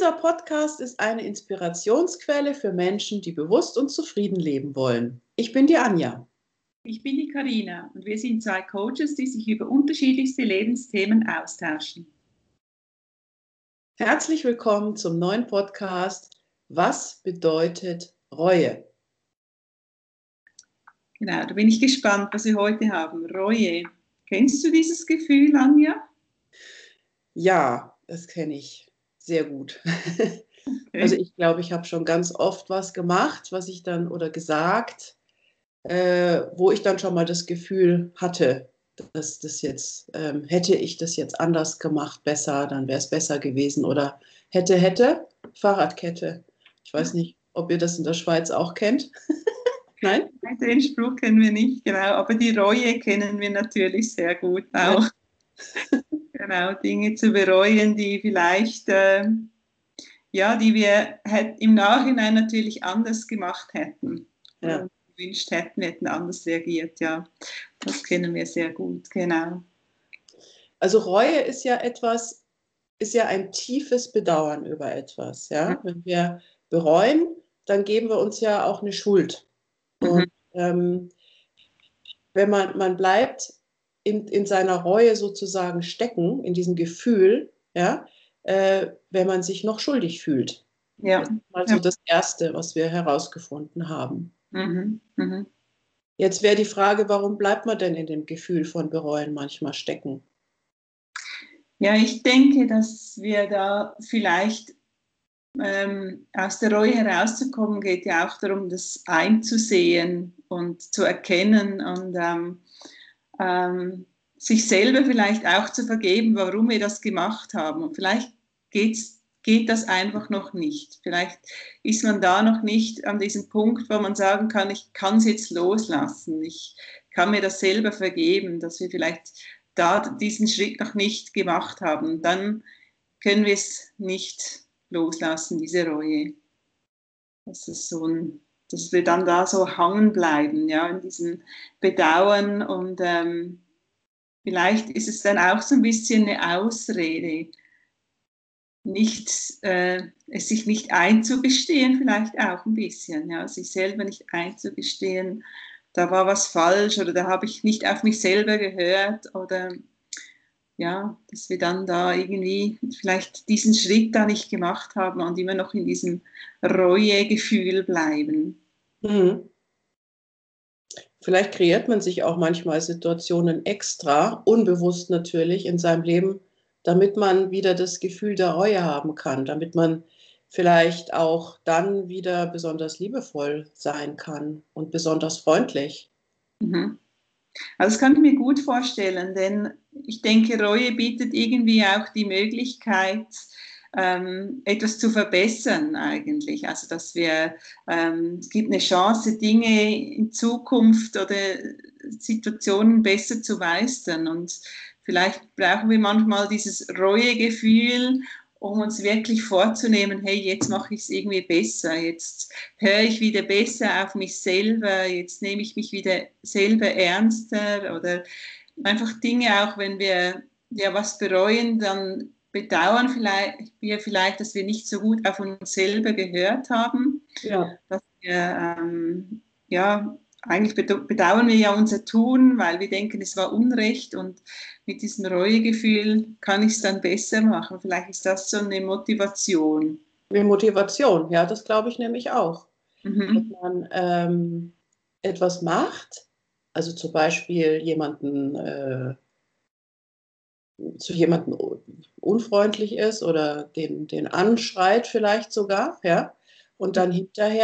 Dieser Podcast ist eine Inspirationsquelle für Menschen, die bewusst und zufrieden leben wollen. Ich bin die Anja. Ich bin die Karina und wir sind zwei Coaches, die sich über unterschiedlichste Lebensthemen austauschen. Herzlich willkommen zum neuen Podcast Was bedeutet Reue? Genau, da bin ich gespannt, was wir heute haben. Reue. Kennst du dieses Gefühl, Anja? Ja, das kenne ich sehr gut. Also ich glaube, ich habe schon ganz oft was gemacht, was ich dann oder gesagt, wo ich dann schon mal das Gefühl hatte, dass das jetzt, hätte ich das jetzt anders gemacht, besser, dann wäre es besser gewesen. Oder hätte, Fahrradkette. Ich weiß nicht, ob ihr das in der Schweiz auch kennt. Nein? Den Spruch kennen wir nicht, genau, aber die Reue kennen wir natürlich sehr gut auch. Ja. Genau, Dinge zu bereuen, die vielleicht, die wir im Nachhinein natürlich anders gemacht hätten. Ja. Gewünscht hätten, wir hätten anders reagiert, ja. Das kennen wir sehr gut, genau. Also Reue ist ja etwas, ist ja ein tiefes Bedauern über etwas. Ja? Wenn wir bereuen, dann geben wir uns ja auch eine Schuld. Und wenn man bleibt in seiner Reue sozusagen stecken, in diesem Gefühl, ja, wenn man sich noch schuldig fühlt. Ja. Das ist mal so das Erste, was wir herausgefunden haben. Jetzt wäre die Frage, warum bleibt man denn in dem Gefühl von Bereuen manchmal stecken? Ja, ich denke, dass wir da vielleicht aus der Reue herauszukommen, geht ja auch darum, das einzusehen und zu erkennen und sich selber vielleicht auch zu vergeben, warum wir das gemacht haben. Und vielleicht geht das einfach noch nicht. Vielleicht ist man da noch nicht an diesem Punkt, wo man sagen kann, ich kann es jetzt loslassen. Ich kann mir das selber vergeben, dass wir vielleicht da diesen Schritt noch nicht gemacht haben. Dann können wir es nicht loslassen, diese Reue. Das ist dass wir dann da so hangen bleiben, ja, in diesem Bedauern und vielleicht ist es dann auch so ein bisschen eine Ausrede, es sich nicht einzugestehen, vielleicht auch ein bisschen, ja, sich selber nicht einzugestehen, da war was falsch oder da habe ich nicht auf mich selber gehört oder ja, dass wir dann da irgendwie vielleicht diesen Schritt da nicht gemacht haben und immer noch in diesem Reuegefühl bleiben. Vielleicht kreiert man sich auch manchmal Situationen extra, unbewusst natürlich in seinem Leben, damit man wieder das Gefühl der Reue haben kann, damit man vielleicht auch dann wieder besonders liebevoll sein kann und besonders freundlich. Also das kann ich mir gut vorstellen, denn ich denke, Reue bietet irgendwie auch die Möglichkeit, etwas zu verbessern eigentlich. Also dass es gibt eine Chance, Dinge in Zukunft oder Situationen besser zu meistern. Und vielleicht brauchen wir manchmal dieses Reuegefühl, um uns wirklich vorzunehmen, hey, jetzt mache ich es irgendwie besser, jetzt höre ich wieder besser auf mich selber, jetzt nehme ich mich wieder selber ernster oder einfach Dinge, auch wenn wir ja was bereuen, dann bedauern wir vielleicht, dass wir nicht so gut auf uns selber gehört haben, Ja. dass wir eigentlich bedauern wir ja unser Tun, weil wir denken, es war Unrecht und mit diesem Reuegefühl kann ich es dann besser machen. Vielleicht ist das so eine Motivation. Eine Motivation, ja, das glaube ich nämlich auch. Dass man etwas macht, also zum Beispiel zu jemandem unfreundlich ist oder den anschreit vielleicht sogar, ja, und dann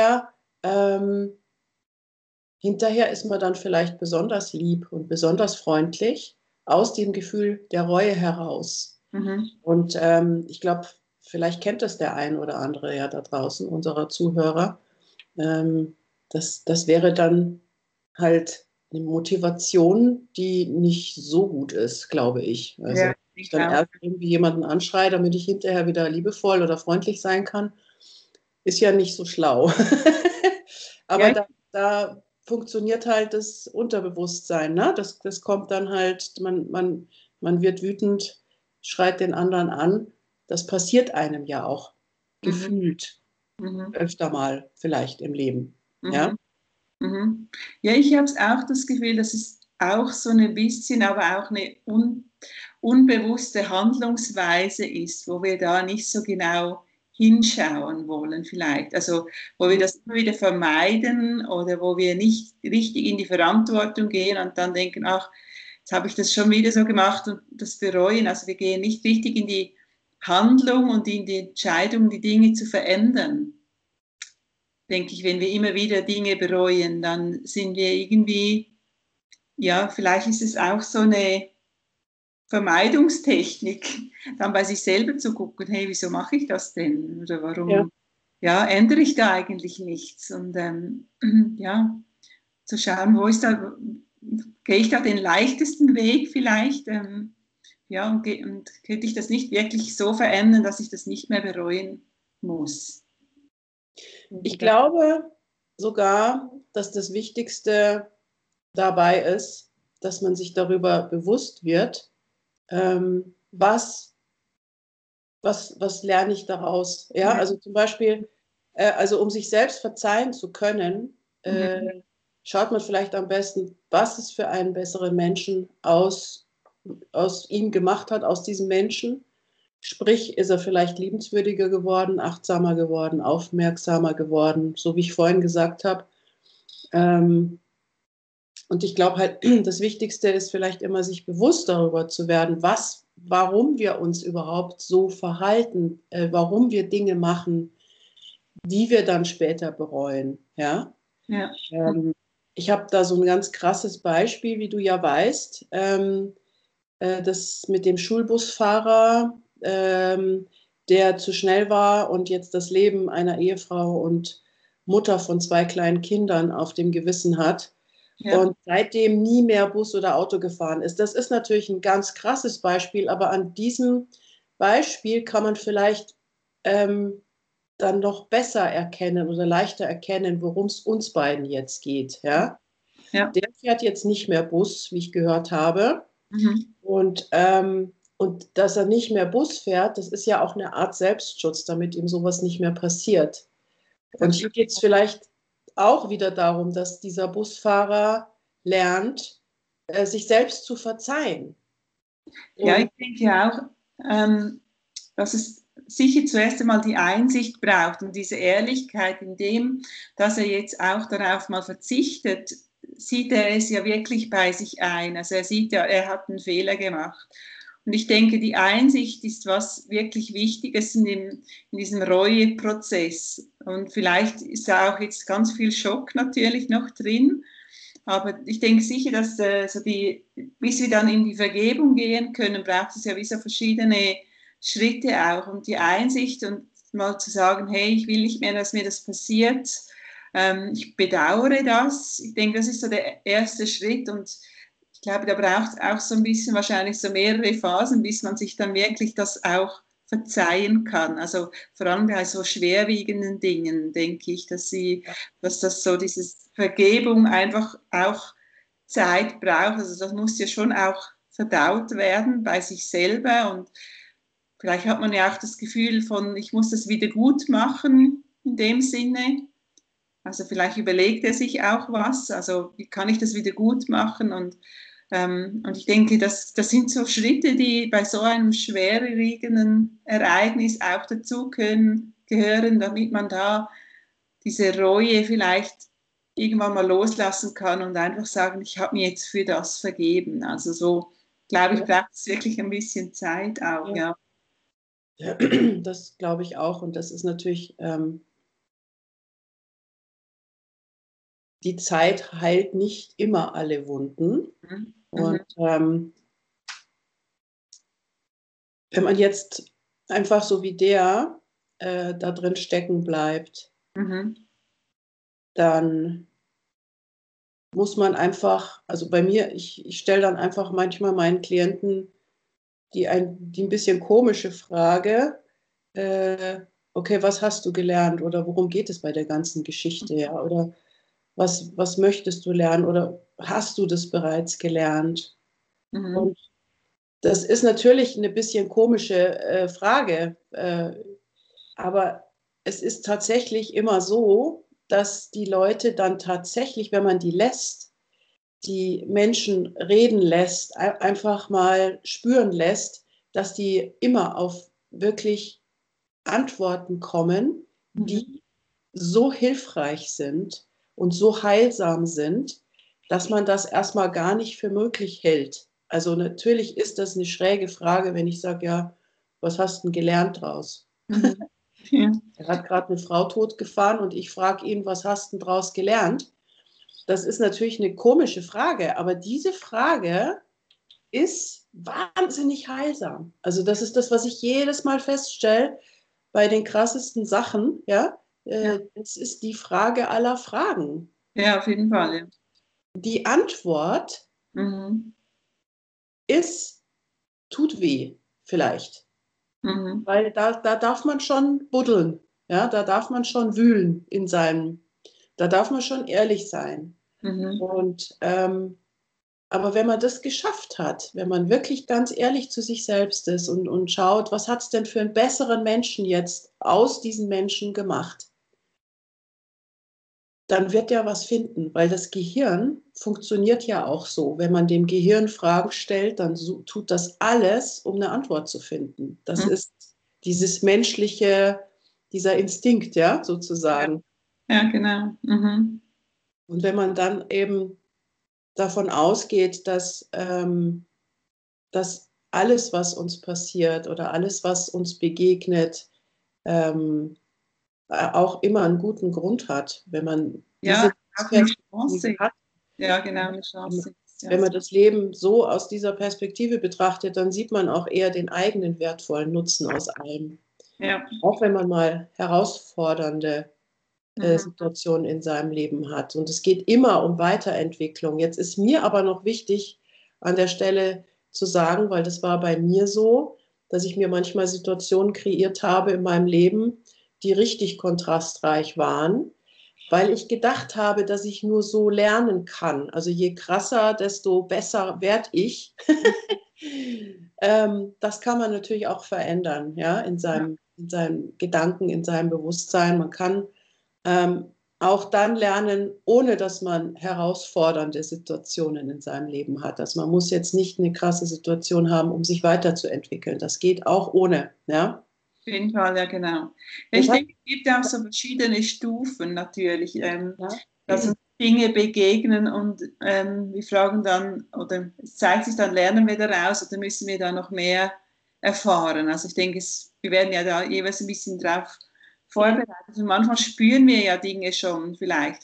hinterher ist man dann vielleicht besonders lieb und besonders freundlich aus dem Gefühl der Reue heraus. Und ich glaube, vielleicht kennt das der ein oder andere ja da draußen, unserer Zuhörer. Das wäre dann halt eine Motivation, die nicht so gut ist, glaube ich. Also Ja, ich dann erst irgendwie jemanden anschreie, damit ich hinterher wieder liebevoll oder freundlich sein kann, ist ja nicht so schlau. Aber ja. da funktioniert halt das Unterbewusstsein. Ne? Das kommt dann halt, man wird wütend, schreit den anderen an. Das passiert einem ja auch. gefühlt Mhm. öfter mal vielleicht im Leben. Ja? Mhm. Mhm. Ja, ich habe auch das Gefühl, dass es auch so ein bisschen, aber auch eine unbewusste Handlungsweise ist, wo wir da nicht so genau hinschauen wollen vielleicht. Also wo wir das immer wieder vermeiden oder wo wir nicht richtig in die Verantwortung gehen und dann denken, ach, jetzt habe ich das schon wieder so gemacht und das bereuen. Also wir gehen nicht richtig in die Handlung und in die Entscheidung, die Dinge zu verändern. Denke ich, wenn wir immer wieder Dinge bereuen, dann sind wir irgendwie, ja, vielleicht ist es auch so eine Vermeidungstechnik, dann bei sich selber zu gucken, hey, wieso mache ich das denn? Oder Ja. warum, ja, ändere ich da eigentlich nichts? Und ja, zu schauen, wo ist da, gehe ich da den leichtesten Weg vielleicht? Ja, und könnte ich das nicht wirklich so verändern, dass ich das nicht mehr bereuen muss? Ich glaube sogar, dass das Wichtigste dabei ist, dass man sich darüber bewusst wird, was lerne ich daraus? Ja, Ja. also zum Beispiel, also um sich selbst verzeihen zu können, Mhm. schaut man vielleicht am besten, was es für einen besseren Menschen aus ihm gemacht hat, aus diesem Menschen. Sprich, ist er vielleicht liebenswürdiger geworden, achtsamer geworden, aufmerksamer geworden, so wie ich vorhin gesagt habe. Ähm, und ich glaube halt, das Wichtigste ist vielleicht immer, sich bewusst darüber zu werden, warum wir uns überhaupt so verhalten, warum wir Dinge machen, die wir dann später bereuen. Ja? Ja. Ähm, ich habe da so ein ganz krasses Beispiel, wie du ja weißt, das mit dem Schulbusfahrer, der zu schnell war und jetzt das Leben einer Ehefrau und Mutter von 2 kleinen Kindern auf dem Gewissen hat Ja. und seitdem nie mehr Bus oder Auto gefahren ist. Das ist natürlich ein ganz krasses Beispiel, aber an diesem Beispiel kann man vielleicht dann noch besser erkennen oder leichter erkennen, worum es uns beiden jetzt geht. Ja? Ja. Der fährt jetzt nicht mehr Bus, wie ich gehört habe. Mhm. Und dass er nicht mehr Bus fährt, das ist ja auch eine Art Selbstschutz, damit ihm sowas nicht mehr passiert. Und Das hier stimmt. geht es vielleicht auch wieder darum, dass dieser Busfahrer lernt, sich selbst zu verzeihen. Ja, ich Und denke auch, dass es sicher zuerst einmal die Einsicht braucht und diese Ehrlichkeit in dem, dass er jetzt auch darauf mal verzichtet, sieht er es ja wirklich bei sich ein. Also er sieht ja, er hat einen Fehler gemacht. Und ich denke, die Einsicht ist was wirklich Wichtiges in diesem Reueprozess. Und vielleicht ist da auch jetzt ganz viel Schock natürlich noch drin. Aber ich denke sicher, dass bis wir dann in die Vergebung gehen können, braucht es ja wie so verschiedene Schritte auch. Und die Einsicht und mal zu sagen, hey, ich will nicht mehr, dass mir das passiert. Ich bedauere das. Ich denke, das ist so der erste Schritt. Und ich glaube, da braucht es auch so ein bisschen wahrscheinlich so mehrere Phasen, bis man sich dann wirklich das auch verzeihen kann. Also vor allem bei so schwerwiegenden Dingen denke ich, dass das so dieses Vergebung einfach auch Zeit braucht. Also das muss ja schon auch verdaut werden bei sich selber und vielleicht hat man ja auch das Gefühl von, ich muss das wieder gut machen in dem Sinne. Also vielleicht überlegt er sich auch was, also wie kann ich das wieder gut machen und ich denke, das sind so Schritte, die bei so einem schwerwiegenden Ereignis auch dazu gehören, damit man da diese Reue vielleicht irgendwann mal loslassen kann und einfach sagen, ich habe mir jetzt für das vergeben. Also so, glaube ich, ja, braucht es wirklich ein bisschen Zeit auch, ja, ja. das glaube ich auch. Und das ist natürlich, die Zeit heilt nicht immer alle Wunden. Mhm. Und wenn man jetzt einfach so wie der da drin stecken bleibt, Mhm. dann muss man einfach, also bei mir, ich stelle dann einfach manchmal meinen Klienten die ein bisschen komische Frage, äh, okay, was hast du gelernt oder worum geht es bei der ganzen Geschichte, ja? Oder was möchtest du lernen oder hast du das bereits gelernt? Mhm. Und das ist natürlich eine bisschen komische Frage, aber es ist tatsächlich immer so, dass die Leute dann tatsächlich, wenn man die lässt, die Menschen reden lässt, einfach mal spüren lässt, dass die immer auf wirklich Antworten kommen, die so hilfreich sind und so heilsam sind, dass man das erstmal gar nicht für möglich hält. Also natürlich ist das eine schräge Frage, wenn ich sage, ja, was hast du denn gelernt draus? Ja. Er hat gerade eine Frau totgefahren und ich frage ihn, was hast du denn draus gelernt? Das ist natürlich eine komische Frage, aber diese Frage ist wahnsinnig heilsam. Also das ist das, was ich jedes Mal feststelle bei den krassesten Sachen. Ja, Ja. es ist die Frage aller Fragen. Ja, auf jeden Fall. Ja. Die Antwort Mhm. ist, tut weh, vielleicht. Mhm. Weil da darf man schon buddeln. Ja, da darf man schon wühlen da darf man schon ehrlich sein. Mhm. Und aber wenn man das geschafft hat, wenn man wirklich ganz ehrlich zu sich selbst ist und schaut, was hat es denn für einen besseren Menschen jetzt aus diesen Menschen gemacht, dann wird er was finden, weil das Gehirn funktioniert ja auch so. Wenn man dem Gehirn Fragen stellt, dann tut das alles, um eine Antwort zu finden. Das Mhm. ist dieses menschliche, dieser Instinkt, ja, Ja. sozusagen. Ja, genau. Mhm. Und wenn man dann eben davon ausgeht, dass alles, was uns passiert oder alles, was uns begegnet, ähm, auch immer einen guten Grund hat, wenn man Ja, diese auch eine Perspektive Chance. hat. Ja, genau, eine Chance. Ja. Wenn man das Leben so aus dieser Perspektive betrachtet, dann sieht man auch eher den eigenen wertvollen Nutzen aus allem. Ja. Auch wenn man mal herausfordernde Mhm. Situationen in seinem Leben hat. Und es geht immer um Weiterentwicklung. Jetzt ist mir aber noch wichtig, an der Stelle zu sagen, weil das war bei mir so, dass ich mir manchmal Situationen kreiert habe in meinem Leben, die richtig kontrastreich waren, weil ich gedacht habe, dass ich nur so lernen kann. Also je krasser, desto besser werde ich. Das kann man natürlich auch verändern, ja, Ja. in seinem Gedanken, in seinem Bewusstsein. Man kann auch dann lernen, ohne dass man herausfordernde Situationen in seinem Leben hat. Also man muss jetzt nicht eine krasse Situation haben, um sich weiterzuentwickeln. Das geht auch ohne. Ja? Auf jeden Fall, ja, genau. Ja, Das ich hat, denke, es gibt auch so verschiedene Stufen natürlich, ja, dass uns Dinge begegnen und wir fragen dann, oder es zeigt sich dann, lernen wir daraus oder müssen wir da noch mehr erfahren? Also ich denke, wir werden ja da jeweils ein bisschen drauf vorbereitet und manchmal spüren wir ja Dinge schon vielleicht,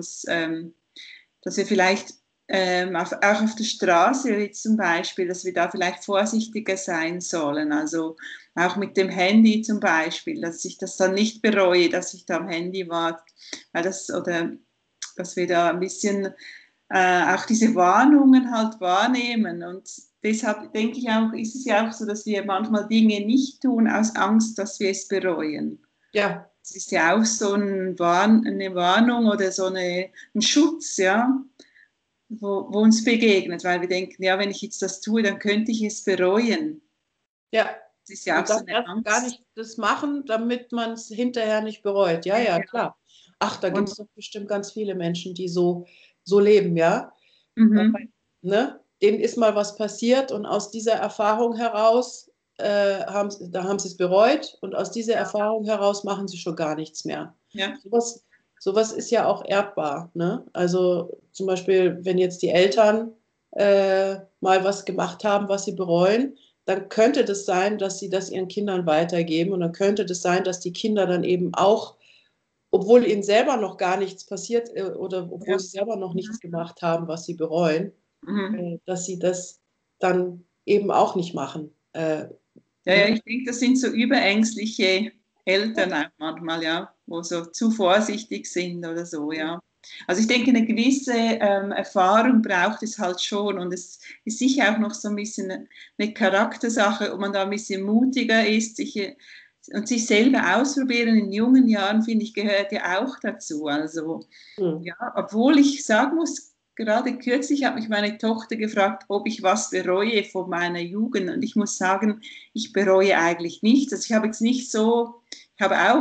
dass wir vielleicht auch auf der Straße jetzt zum Beispiel, dass wir da vielleicht vorsichtiger sein sollen. Also auch mit dem Handy zum Beispiel, dass ich das dann nicht bereue, dass ich da am Handy war, weil oder dass wir da ein bisschen auch diese Warnungen halt wahrnehmen. Und deshalb denke ich auch, ist es ja auch so, dass wir manchmal Dinge nicht tun aus Angst, dass wir es bereuen. ja, Es ist ja auch so eine Warnung oder so ein Schutz, ja, wo uns begegnet, weil wir denken, ja, wenn ich jetzt das tue, dann könnte ich es bereuen. ja. Das ist ja auch Und so dann eine erst gar Angst. nicht das machen, damit man es hinterher nicht bereut. Ja, ja, klar. Ach, da gibt Und, es doch bestimmt ganz viele Menschen, die so leben, ja. mhm. Ne? Denen ist mal was passiert und aus dieser Erfahrung heraus da haben sie es bereut und aus dieser Erfahrung heraus machen sie schon gar nichts mehr. Ja, Sowas ist ja auch erbbar. Ne? Also zum Beispiel, wenn jetzt die Eltern mal was gemacht haben, was sie bereuen, dann könnte das sein, dass sie das ihren Kindern weitergeben und dann könnte das sein, dass die Kinder dann eben auch, obwohl ihnen selber noch gar nichts passiert oder obwohl ja. sie selber noch Mhm. nichts gemacht haben, was sie bereuen, Mhm. dass sie das dann eben auch nicht machen. Ja, ja, Ne? ich denke, das sind so überängstliche Eltern auch manchmal, ja, wo so zu vorsichtig sind oder so, ja. Also ich denke, eine gewisse Erfahrung braucht es halt schon und es ist sicher auch noch so ein bisschen eine Charaktersache, ob man da ein bisschen mutiger ist, und sich selber ausprobieren in jungen Jahren, finde ich, gehört ja auch dazu. Also Hm. ja, obwohl ich sagen muss, gerade kürzlich hat mich meine Tochter gefragt, ob ich was bereue von meiner Jugend. Und ich muss sagen, ich bereue eigentlich nichts. Also ich habe jetzt nicht so, ich habe auch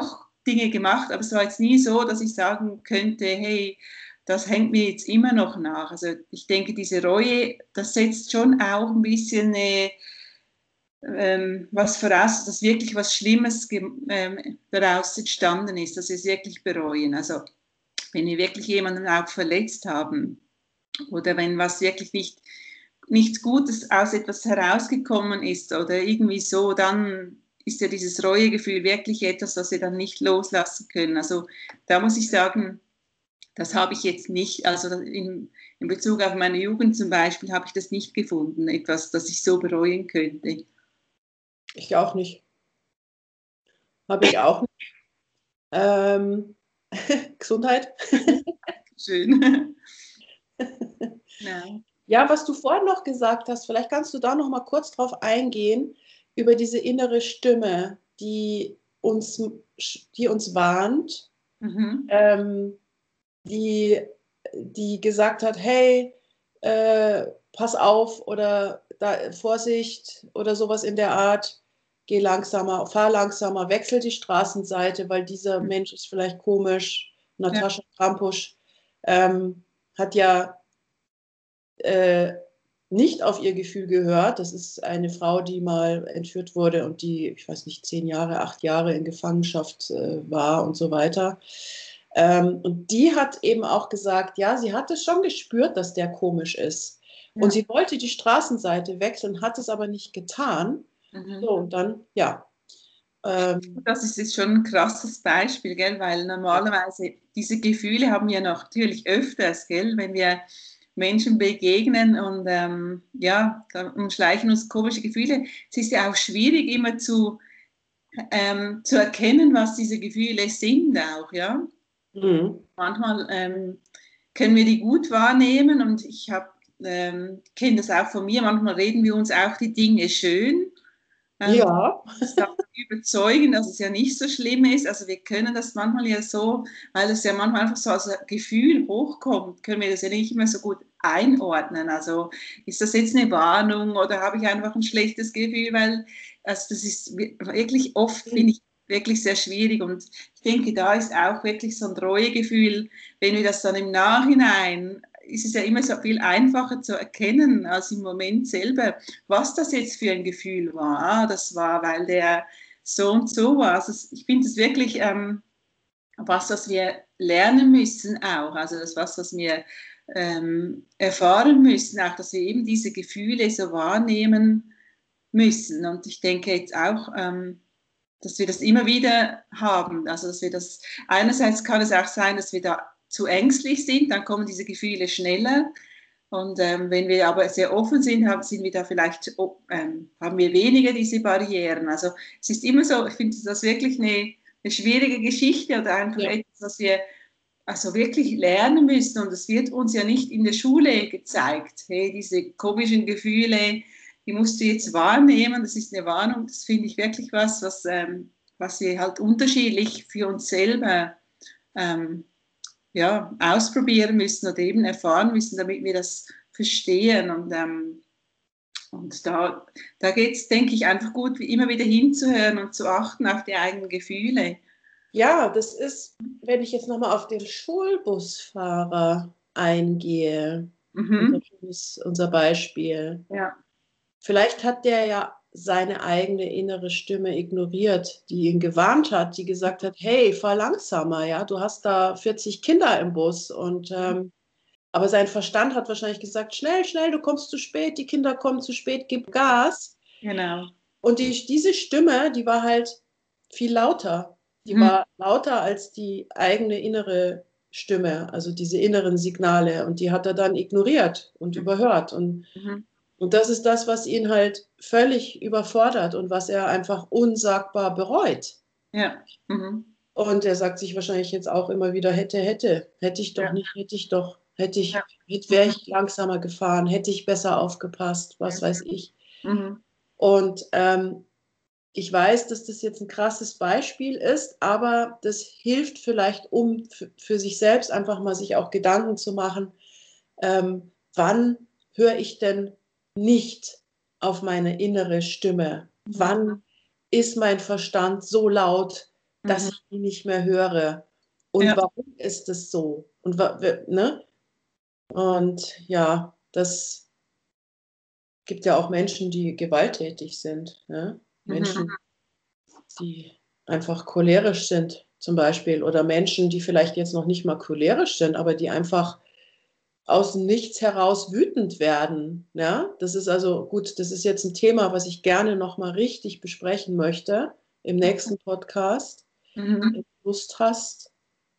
Dinge gemacht, aber es war jetzt nie so, dass ich sagen könnte, hey, das hängt mir jetzt immer noch nach. Also ich denke, diese Reue, das setzt schon auch ein bisschen was voraus, dass wirklich was Schlimmes daraus entstanden ist, dass wir es wirklich bereuen. Also wenn wir wirklich jemanden auch verletzt haben oder wenn was wirklich nichts Gutes aus etwas herausgekommen ist oder irgendwie so, dann ist ja dieses Reuegefühl wirklich etwas, das wir dann nicht loslassen können. Also da muss ich sagen, das habe ich jetzt nicht, also in Bezug auf meine Jugend zum Beispiel, habe ich das nicht gefunden, etwas, das ich so bereuen könnte. Ich auch nicht. Habe ich auch nicht. Gesundheit. Schön. Ja. Ja, was du vorhin noch gesagt hast, vielleicht kannst du da noch mal kurz drauf eingehen, über diese innere Stimme, die uns warnt, Mhm. die gesagt hat, hey, pass auf oder da, Vorsicht oder sowas in der Art, geh langsamer, fahr langsamer, wechsel die Straßenseite, weil dieser Mensch ist vielleicht komisch. Ja. Natascha Krampusch hat ja äh, nicht auf ihr Gefühl gehört. Das ist eine Frau, die mal entführt wurde und die, ich weiß nicht, 10 Jahre, 8 Jahre in Gefangenschaft war und so weiter. Und die hat eben auch gesagt, ja, sie hat es schon gespürt, dass der komisch ist. Und Ja. sie wollte die Straßenseite wechseln, hat es aber nicht getan. Mhm. So, und dann, ja. Das ist jetzt schon ein krasses Beispiel, gell? Weil Ja. normalerweise diese Gefühle haben wir natürlich öfters, gell? Wenn wir Menschen begegnen und ja, da umschleichen uns komische Gefühle. Es ist ja auch schwierig, immer zu erkennen, was diese Gefühle sind auch, ja. Mhm. Manchmal können wir die gut wahrnehmen und ich kenne das auch von mir. Manchmal reden wir uns auch die Dinge schön. Ja. Uns davon überzeugen, dass es ja nicht so schlimm ist. Also wir können das manchmal ja so, weil es ja manchmal einfach so als Gefühl hochkommt, können wir das ja nicht immer so gut einordnen. Also ist das jetzt eine Warnung oder habe ich einfach ein schlechtes Gefühl, weil also das ist wirklich oft, finde ich, wirklich sehr schwierig und ich denke, da ist auch wirklich so ein Reuegefühl, wenn wir das dann im Nachhinein, ist es ja immer so viel einfacher zu erkennen als im Moment selber, was das jetzt für ein Gefühl war. Ah, das war, weil der so und so war. Also ich finde es wirklich was wir lernen müssen auch. Also das was wir erfahren müssen, auch, dass wir eben diese Gefühle so wahrnehmen müssen. Und ich denke jetzt auch, dass wir das immer wieder haben. Also dass wir das, einerseits kann es auch sein, dass wir da zu ängstlich sind, dann kommen diese Gefühle schneller. Und wenn wir aber sehr offen sind, sind wir da vielleicht, haben wir weniger diese Barrieren. Also es ist immer so, ich finde das wirklich eine schwierige Geschichte oder einfach Ja. etwas, was wir also wirklich lernen müssen. Und es wird uns ja nicht in der Schule gezeigt. Hey, diese komischen Gefühle, die musst du jetzt wahrnehmen. Das ist eine Warnung. Das finde ich wirklich was wir halt unterschiedlich für uns selber ähm, ja, ausprobieren müssen oder eben erfahren müssen, damit wir das verstehen. Und da geht es, denke ich, einfach gut, immer wieder hinzuhören und zu achten auf die eigenen Gefühle. Ja, das ist, wenn ich jetzt nochmal auf den Schulbusfahrer eingehe, Mhm. unser Beispiel. Ja. Vielleicht hat der ja seine eigene innere Stimme ignoriert, die ihn gewarnt hat, die gesagt hat, hey, fahr langsamer, ja, du hast da 40 Kinder im Bus. Aber sein Verstand hat wahrscheinlich gesagt, schnell, schnell, du kommst zu spät, die Kinder kommen zu spät, gib Gas. Genau. Und diese Stimme, die war halt viel lauter. Die Mhm. war lauter als die eigene innere Stimme, also diese inneren Signale. Und die hat er dann ignoriert und überhört. Mhm. Und das ist das, was ihn halt völlig überfordert und was er einfach unsagbar bereut. Ja. Mhm. Und er sagt sich wahrscheinlich jetzt auch immer wieder, hätte ich doch Ja. nicht, hätte ich doch, Ja. wäre ich langsamer gefahren, hätte ich besser aufgepasst, was weiß ich. Mhm. Und ich weiß, dass das jetzt ein krasses Beispiel ist, aber das hilft vielleicht, um für sich selbst einfach mal sich auch Gedanken zu machen, wann höre ich denn nicht auf meine innere Stimme? Mhm. Wann ist mein Verstand so laut, dass ich die nicht mehr höre. Und warum ist es so? Und, ne? Und ja, das gibt ja auch Menschen, die gewalttätig sind. Ne? Menschen, die einfach cholerisch sind, zum Beispiel. Oder Menschen, die vielleicht jetzt noch nicht mal cholerisch sind, aber die einfach aus dem Nichts heraus wütend werden. Ja? Das ist also gut, das ist jetzt ein Thema, was ich gerne nochmal richtig besprechen möchte im nächsten Podcast, wenn du Lust hast.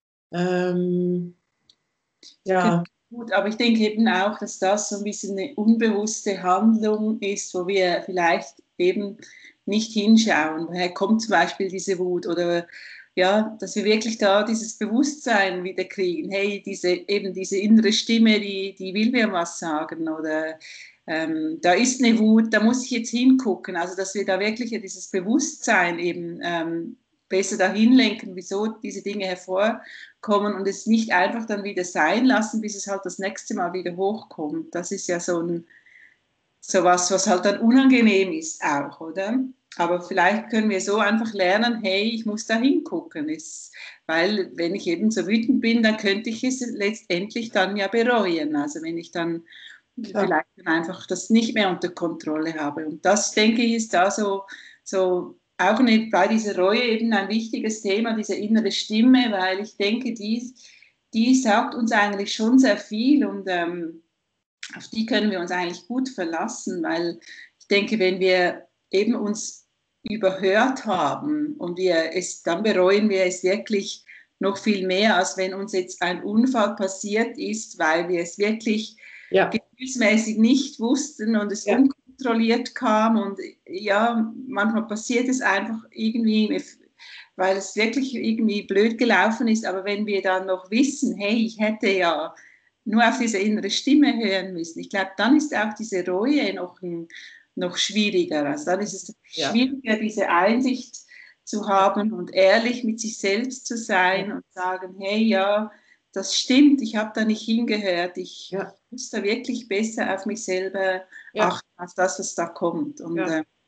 Ja. Gut, aber ich denke eben auch, dass das so ein bisschen eine unbewusste Handlung ist, wo wir vielleicht eben nicht hinschauen. Woher kommt zum Beispiel diese Wut? Oder ja, dass wir wirklich da dieses Bewusstsein wieder kriegen. Hey, eben diese innere Stimme, die will mir was sagen. Oder da ist eine Wut, da muss ich jetzt hingucken. Also, dass wir da wirklich dieses Bewusstsein eben besser dahin lenken, wieso diese Dinge hervorkommen und es nicht einfach dann wieder sein lassen, bis es halt das nächste Mal wieder hochkommt. Das ist ja so was, was halt dann unangenehm ist auch, oder? Aber vielleicht können wir so einfach lernen, hey, ich muss da hingucken. Weil wenn ich eben so wütend bin, dann könnte ich es letztendlich dann ja bereuen. Also wenn ich dann vielleicht dann einfach das nicht mehr unter Kontrolle habe. Und das, denke ich, ist da so auch bei dieser Reue eben ein wichtiges Thema, diese innere Stimme, weil ich denke, die sagt uns eigentlich schon sehr viel und auf die können wir uns eigentlich gut verlassen, weil ich denke, wenn wir eben uns überhört haben und dann bereuen wir es wirklich noch viel mehr, als wenn uns jetzt ein Unfall passiert ist, weil wir es wirklich gefühlsmäßig nicht wussten und es unkontrolliert kam und ja, manchmal passiert es einfach irgendwie, weil es wirklich irgendwie blöd gelaufen ist, aber wenn wir dann noch wissen, hey, ich hätte ja nur auf diese innere Stimme hören müssen, ich glaube, dann ist auch diese Reue noch schwieriger. Also dann ist es schwieriger, diese Einsicht zu haben und ehrlich mit sich selbst zu sein und sagen, hey, ja, das stimmt, ich habe da nicht hingehört, ich muss da wirklich besser auf mich selber achten, auf das, was da kommt. Und,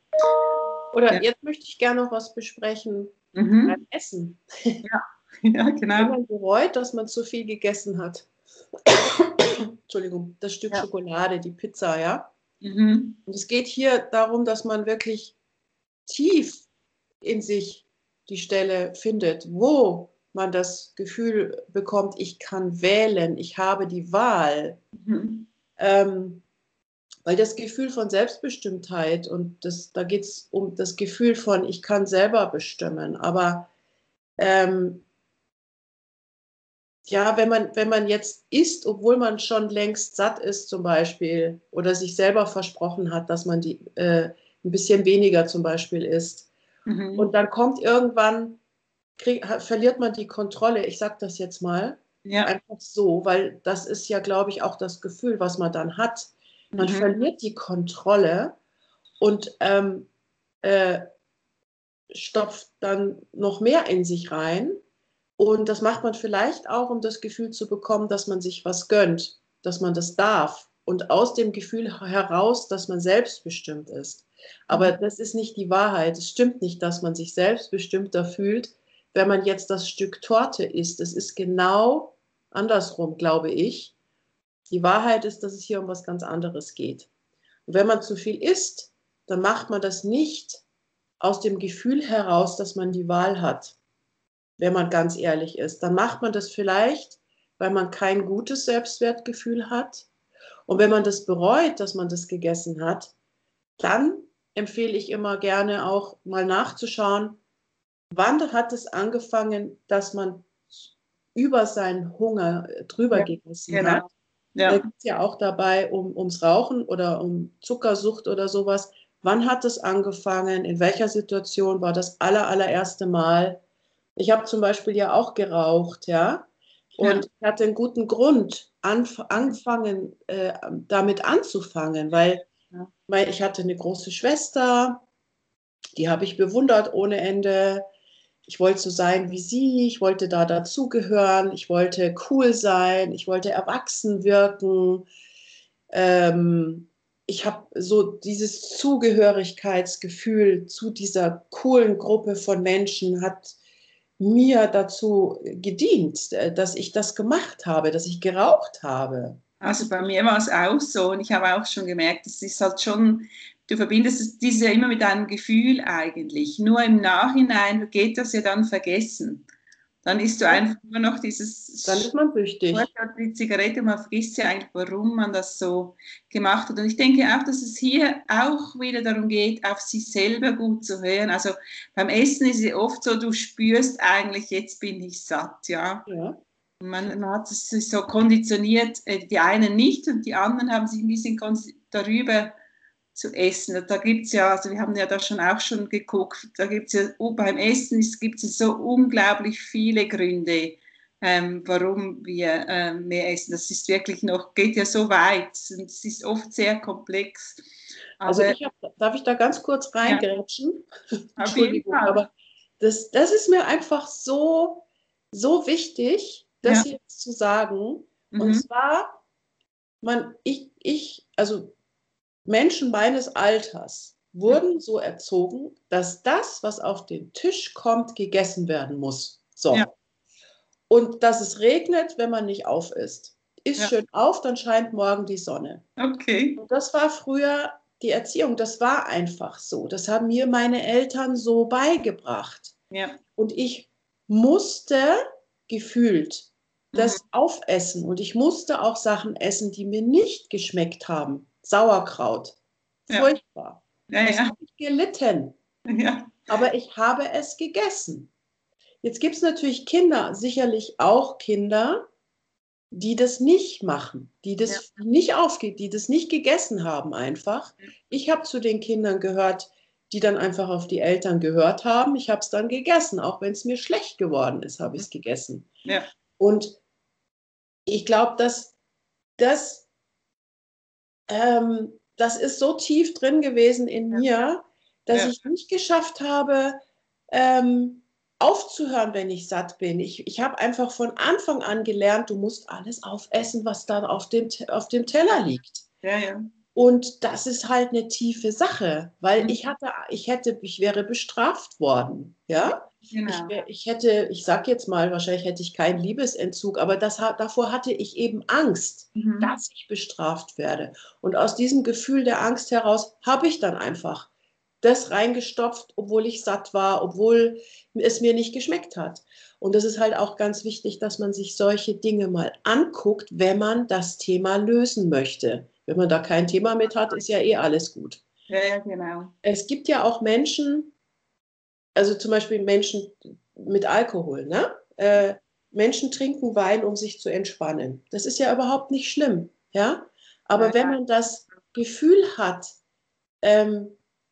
Oder jetzt möchte ich gerne noch was besprechen beim Essen. Ja, genau. Wenn man bereut, dass man zu viel gegessen hat. Entschuldigung, das Stück Schokolade, die Pizza, ja. Und es geht hier darum, dass man wirklich tief in sich die Stelle findet, wo man das Gefühl bekommt, ich kann wählen, ich habe die Wahl. Weil das Gefühl von Selbstbestimmtheit und da geht es um das Gefühl von, ich kann selber bestimmen. Aber ja, wenn man jetzt isst, obwohl man schon längst satt ist zum Beispiel oder sich selber versprochen hat, dass man ein bisschen weniger zum Beispiel isst und dann kommt irgendwann, verliert man die Kontrolle, ich sage das jetzt mal, einfach so, weil das ist ja, glaube ich, auch das Gefühl, was man dann hat. Man verliert die Kontrolle und stopft dann noch mehr in sich rein. Und das macht man vielleicht auch, um das Gefühl zu bekommen, dass man sich was gönnt, dass man das darf. Und aus dem Gefühl heraus, dass man selbstbestimmt ist. Aber das ist nicht die Wahrheit. Es stimmt nicht, dass man sich selbstbestimmter fühlt, wenn man jetzt das Stück Torte isst. Es ist genau andersrum, glaube ich. Die Wahrheit ist, dass es hier um was ganz anderes geht. Und wenn man zu viel isst, dann macht man das nicht aus dem Gefühl heraus, dass man die Wahl hat, wenn man ganz ehrlich ist. Dann macht man das vielleicht, weil man kein gutes Selbstwertgefühl hat. Und wenn man das bereut, dass man das gegessen hat, dann empfehle ich immer gerne auch mal nachzuschauen, wann hat es angefangen, dass man über seinen Hunger drüber gegessen hat. Da geht es ja auch dabei ums Rauchen oder um Zuckersucht oder sowas. Wann hat es angefangen? In welcher Situation war das allererste Mal? Ich habe zum Beispiel ja auch geraucht, ja. Und ich hatte einen guten Grund, damit anzufangen, weil ich hatte eine große Schwester, die habe ich bewundert ohne Ende. Ich wollte so sein wie sie, ich wollte da dazugehören, ich wollte cool sein, ich wollte erwachsen wirken. Ich habe so dieses Zugehörigkeitsgefühl zu dieser coolen Gruppe von Menschen, hat mir dazu gedient, dass ich das gemacht habe, dass ich geraucht habe. Also bei mir war es auch so und ich habe auch schon gemerkt, es ist halt schon, du verbindest dieses ja immer mit einem Gefühl eigentlich. Nur im Nachhinein geht das ja dann vergessen. Dann isst du Ja, einfach nur noch dann dieses ist man süchtig. die Zigarette, man vergisst ja eigentlich, warum man das so gemacht hat. Und ich denke auch, dass es hier auch wieder darum geht, auf sich selber gut zu hören. Also beim Essen ist es oft so, du spürst eigentlich, jetzt bin ich satt, ja. Ja. Man hat es so konditioniert, die einen nicht und die anderen haben sich ein bisschen darüber zu essen. Da gibt es ja, also wir haben ja da schon auch schon geguckt, da gibt es ja beim Essen gibt es so unglaublich viele Gründe, warum wir mehr essen. Das ist wirklich noch, geht ja so weit und es ist oft sehr komplex. Also Aber darf ich da ganz kurz ja, reingrätschen? auf jeden Entschuldigung, Fall. aber das ist mir einfach so, so wichtig, das Ja. jetzt zu sagen. Und Mhm. zwar, also Menschen meines Alters wurden so erzogen, dass das, was auf den Tisch kommt, gegessen werden muss. Ja, So. Und dass es regnet, wenn man nicht auf ist. Ist ja, schön auf, dann scheint morgen die Sonne. okay. Und das war früher die Erziehung, das war einfach so. Das haben mir meine Eltern so beigebracht. Ja. Und ich musste gefühlt Mhm. das aufessen und ich musste auch Sachen essen, die mir nicht geschmeckt haben. Sauerkraut, Ja, furchtbar. ja, Das ja, habe ich gelitten, ja. aber ich habe es gegessen. Jetzt gibt es natürlich Kinder, sicherlich auch Kinder, die das nicht machen, die Ja. das nicht aufgeht, die das nicht gegessen haben einfach. Ich habe zu den Kindern gehört, die dann einfach auf die Eltern gehört haben. Ich habe es dann gegessen, auch wenn es mir schlecht geworden ist, habe ich es gegessen. Ja. Und ich glaube, dass das, das ist so tief drin gewesen in mir, dass Ja. ich nicht geschafft habe, ähm, aufzuhören, wenn ich satt bin. Ich habe einfach von Anfang an gelernt, du musst alles aufessen, was dann auf dem Teller liegt. Ja, ja. Und das ist halt eine tiefe Sache, weil Mhm. ich wäre bestraft worden, ja. Genau. Ich sag jetzt mal, wahrscheinlich hätte ich keinen Liebesentzug, aber davor hatte ich eben Angst, Mhm. dass ich bestraft werde. Und aus diesem Gefühl der Angst heraus habe ich dann einfach das reingestopft, obwohl ich satt war, obwohl es mir nicht geschmeckt hat. Und das ist halt auch ganz wichtig, dass man sich solche Dinge mal anguckt, wenn man das Thema lösen möchte. Wenn man da kein Thema mit hat, ist ja eh alles gut. Ja, ja, genau. Es gibt ja auch Menschen, also zum Beispiel Menschen mit Alkohol, ne? Menschen trinken Wein, um sich zu entspannen. Das ist ja überhaupt nicht schlimm, ja? Ja, Aber wenn man das Gefühl hat, ähm,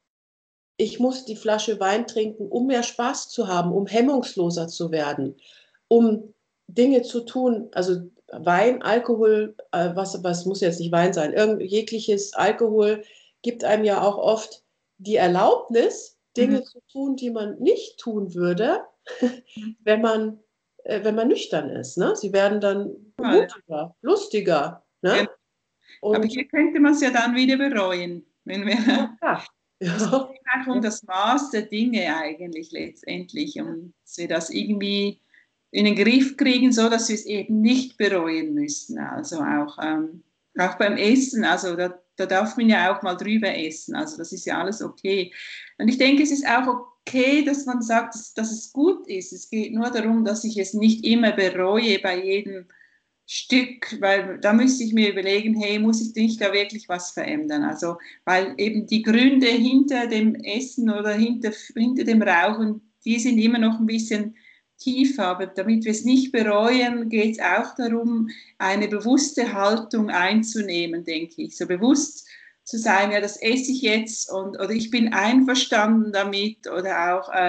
ich muss die Flasche Wein trinken, um mehr Spaß zu haben, um hemmungsloser zu werden, um Dinge zu tun, also Wein, Alkohol, was muss jetzt nicht Wein sein, jegliches Alkohol gibt einem ja auch oft die Erlaubnis, mhm. Dinge zu tun, die man nicht tun würde, wenn man, wenn man nüchtern ist. Ne? Sie werden dann Ja, mutiger, lustiger. genau. Ne? Aber Und hier könnte man es ja dann wieder bereuen, wenn wir, ja, klar. es geht Ja, auch um das Maß der Dinge eigentlich letztendlich, um dass wir das irgendwie in den Griff kriegen, so dass wir es eben nicht bereuen müssen. Also auch beim Essen, also da darf man ja auch mal drüber essen, also das ist ja alles okay. Und ich denke, es ist auch okay, dass man sagt, dass es gut ist. Es geht nur darum, dass ich es nicht immer bereue bei jedem Stück, weil da müsste ich mir überlegen, hey, muss ich nicht da wirklich was verändern? Also, weil eben die Gründe hinter dem Essen oder hinter dem Rauchen, die sind immer noch ein bisschen tiefer. Aber damit wir es nicht bereuen, geht es auch darum, eine bewusste Haltung einzunehmen, denke ich. So bewusst zu sein, ja, das esse ich jetzt oder ich bin einverstanden damit oder auch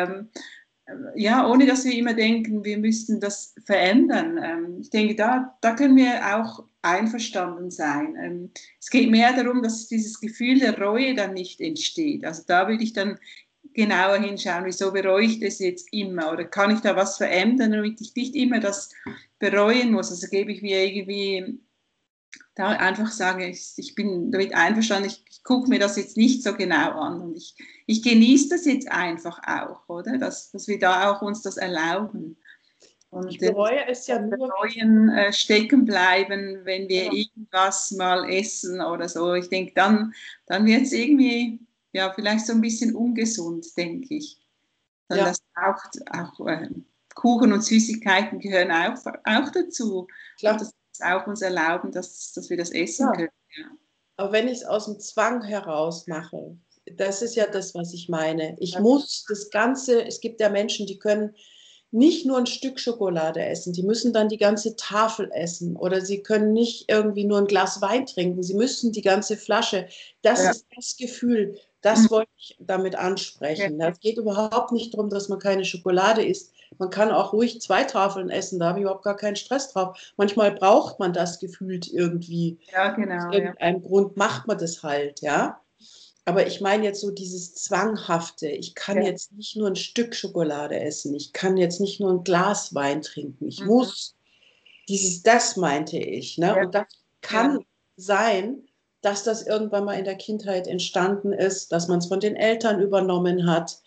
ja, ohne dass wir immer denken, wir müssten das verändern. Ich denke, da können wir auch einverstanden sein. Es geht mehr darum, dass dieses Gefühl der Reue dann nicht entsteht. Also da würde ich dann genauer hinschauen, wieso bereue ich das jetzt immer? Oder kann ich da was verändern, damit ich nicht immer das bereuen muss? Also gebe ich mir irgendwie da einfach sagen, ich bin damit einverstanden, ich gucke mir das jetzt nicht so genau an und ich genieße das jetzt einfach auch, oder? Dass wir da auch uns das erlauben. Und Ich bereue es ja der nur. Neuen stecken bleiben, wenn wir Ja. irgendwas mal essen oder so. Ich denke, dann wird es irgendwie ja vielleicht so ein bisschen ungesund, denke ich. Dann Ja. das auch Kuchen und Süßigkeiten gehören auch dazu. Klar. Und das auch uns erlauben, dass wir das essen Ja. können. Ja. Aber wenn ich es aus dem Zwang heraus mache, das ist ja das, was ich meine. Ich muss das Ganze, es gibt ja Menschen, die können nicht nur ein Stück Schokolade essen, die müssen dann die ganze Tafel essen oder sie können nicht irgendwie nur ein Glas Wein trinken, sie müssen die ganze Flasche. Das ist das Gefühl, das wollte ich damit ansprechen. Es geht überhaupt nicht darum, dass man keine Schokolade isst. Man kann auch ruhig 2 Tafeln essen, da habe ich überhaupt gar keinen Stress drauf. Manchmal braucht man das gefühlt irgendwie. Ja, genau. Aus irgendeinem Grund macht man das halt, ja. Aber ich meine jetzt so dieses Zwanghafte. Ich kann jetzt nicht nur ein Stück Schokolade essen. Ich kann jetzt nicht nur ein Glas Wein trinken. Ich muss das meinte ich. Ne? Und das kann sein, dass das irgendwann mal in der Kindheit entstanden ist, dass man es von den Eltern übernommen hat,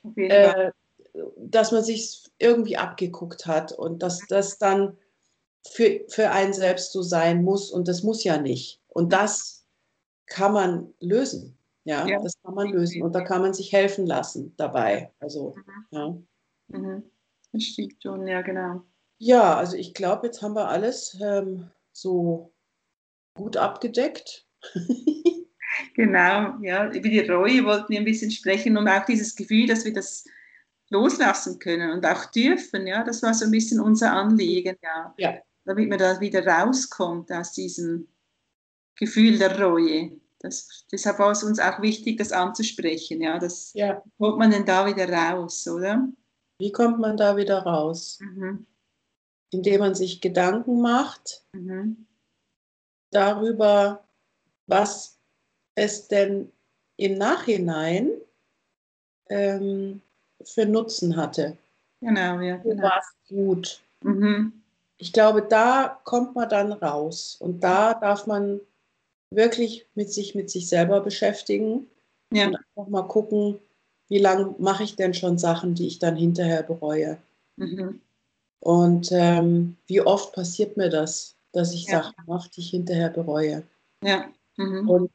dass man sich irgendwie abgeguckt hat und dass das dann für einen selbst so sein muss. Und das muss ja nicht. Und das kann man lösen. Ja, das kann man lösen und da kann man sich helfen lassen dabei. Also, ja. Das stimmt schon, ja, genau. Ja, also ich glaube, jetzt haben wir alles so gut abgedeckt. Genau, ja, über die Reue wollten wir ein bisschen sprechen und auch dieses Gefühl, dass wir das loslassen können und auch dürfen, ja, das war so ein bisschen unser Anliegen, ja. Damit man da wieder rauskommt aus diesem Gefühl der Reue. Deshalb war es uns auch wichtig, das anzusprechen. Ja, wie kommt man denn da wieder raus, oder? Wie kommt man da wieder raus? Indem man sich Gedanken macht darüber, was es denn im Nachhinein für Nutzen hatte. Genau, ja. Wo war es gut? Ich glaube, da kommt man dann raus und da darf man wirklich mit sich selber beschäftigen und einfach mal gucken, wie lange mache ich denn schon Sachen, die ich dann hinterher bereue. Und wie oft passiert mir das, dass ich Sachen mache, die ich hinterher bereue. Und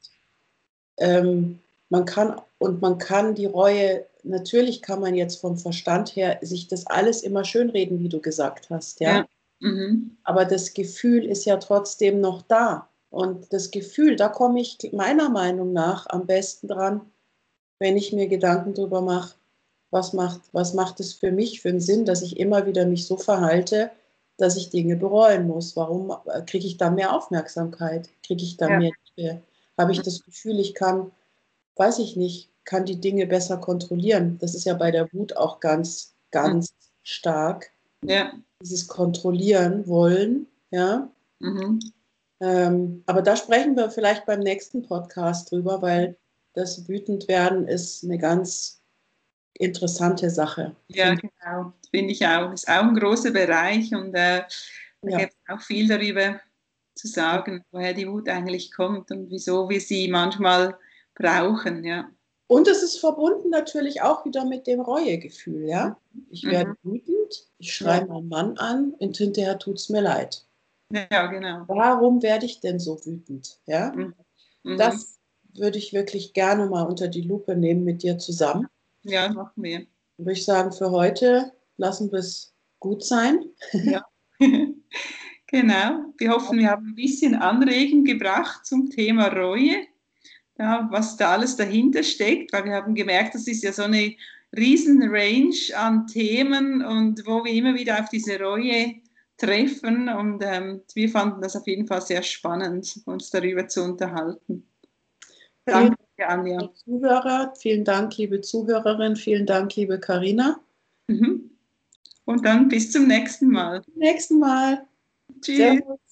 man kann die Reue, natürlich kann man jetzt vom Verstand her sich das alles immer schönreden, wie du gesagt hast, ja. Aber das Gefühl ist ja trotzdem noch da. Und das Gefühl, da komme ich meiner Meinung nach am besten dran, wenn ich mir Gedanken darüber mache, was macht es für mich für einen Sinn, dass ich immer wieder mich so verhalte, dass ich Dinge bereuen muss. Warum kriege ich da mehr Aufmerksamkeit? Kriege ich da mehr Liebe? Habe ich das Gefühl, ich kann, weiß ich nicht, kann die Dinge besser kontrollieren? Das ist ja bei der Wut auch ganz, ganz stark. Dieses Kontrollieren wollen, ja. Aber da sprechen wir vielleicht beim nächsten Podcast drüber, weil das Wütendwerden ist eine ganz interessante Sache. Ja, genau, finde ich auch. Ist auch ein großer Bereich und da gibt es auch viel darüber zu sagen, woher die Wut eigentlich kommt und wieso wir sie manchmal brauchen, ja. Und es ist verbunden natürlich auch wieder mit dem Reuegefühl, ja. Ich werde wütend, ich schreie meinen Mann an und hinterher tut es mir leid. Ja, genau. Warum werde ich denn so wütend, ja? Das würde ich wirklich gerne mal unter die Lupe nehmen mit dir zusammen. Ja, machen wir. Würde ich sagen, für heute lassen wir es gut sein. Ja, genau. Wir hoffen, wir haben ein bisschen Anregen gebracht zum Thema Reue, ja, was da alles dahinter steckt, weil wir haben gemerkt, das ist ja so eine riesen Range an Themen und wo wir immer wieder auf diese Reue treffen und wir fanden das auf jeden Fall sehr spannend, uns darüber zu unterhalten. Danke, Anja. Zuhörer, vielen Dank, liebe Zuhörerin, vielen Dank, liebe Carina. Und dann bis zum nächsten Mal. Bis zum nächsten Mal. Tschüss. Servus.